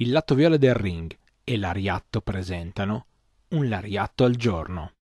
Il lato viola del ring e l'Ariatto presentano un Lariatto al giorno.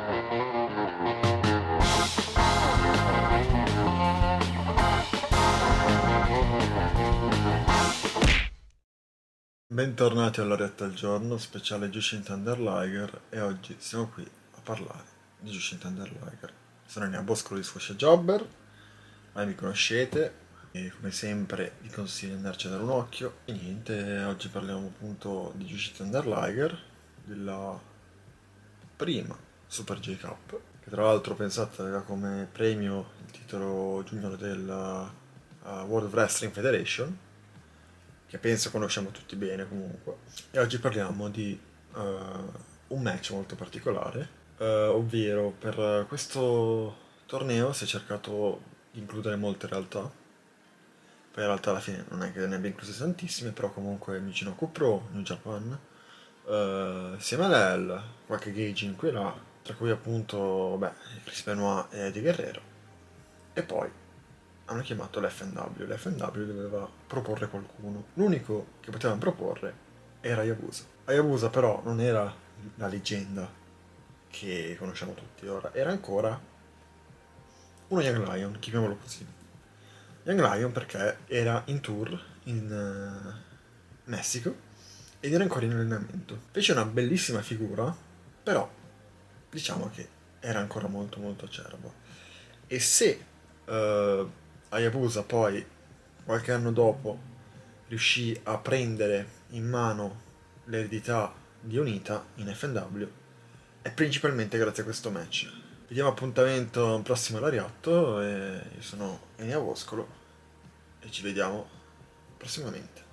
Bentornati all'Orietta al giorno, speciale Jushin Thunder Liger, e oggi siamo qui a parlare di Jushin Thunder Liger. Sono Nia Boscolo di Squascia Jobber, ma mi conoscete e come sempre vi consiglio di andarci a dare un occhio. E niente, oggi parliamo appunto di Jushin Thunder Liger, della prima Super J Cup, che tra l'altro pensate aveva come premio il titolo junior della World of Wrestling Federation, che penso conosciamo tutti bene comunque. E oggi parliamo di un match molto particolare, ovvero per questo torneo si è cercato di includere molte realtà. Poi in realtà alla fine non è che ne abbia incluse tantissime, però comunque Michinoku Pro, New Japan, CMLL, qualche gauging qui e là, tra cui appunto, beh, Chris Benoit e Eddie Guerrero. E poi hanno chiamato l'FNW. L'FNW doveva proporre qualcuno. L'unico che potevano proporre era Hayabusa. Hayabusa però non era la leggenda che conosciamo tutti ora, era ancora uno Young Lion, chiamiamolo così. Young Lion perché era in tour in Messico ed era ancora in allenamento. Fece una bellissima figura, però diciamo che era ancora molto molto acerbo. E se Hayabusa poi, qualche anno dopo, riuscì a prendere in mano l'eredità di Onita in FNW, è principalmente grazie a questo match. Vediamo appuntamento a un prossimo Lariatto e io sono Enia Voscolo e ci vediamo prossimamente.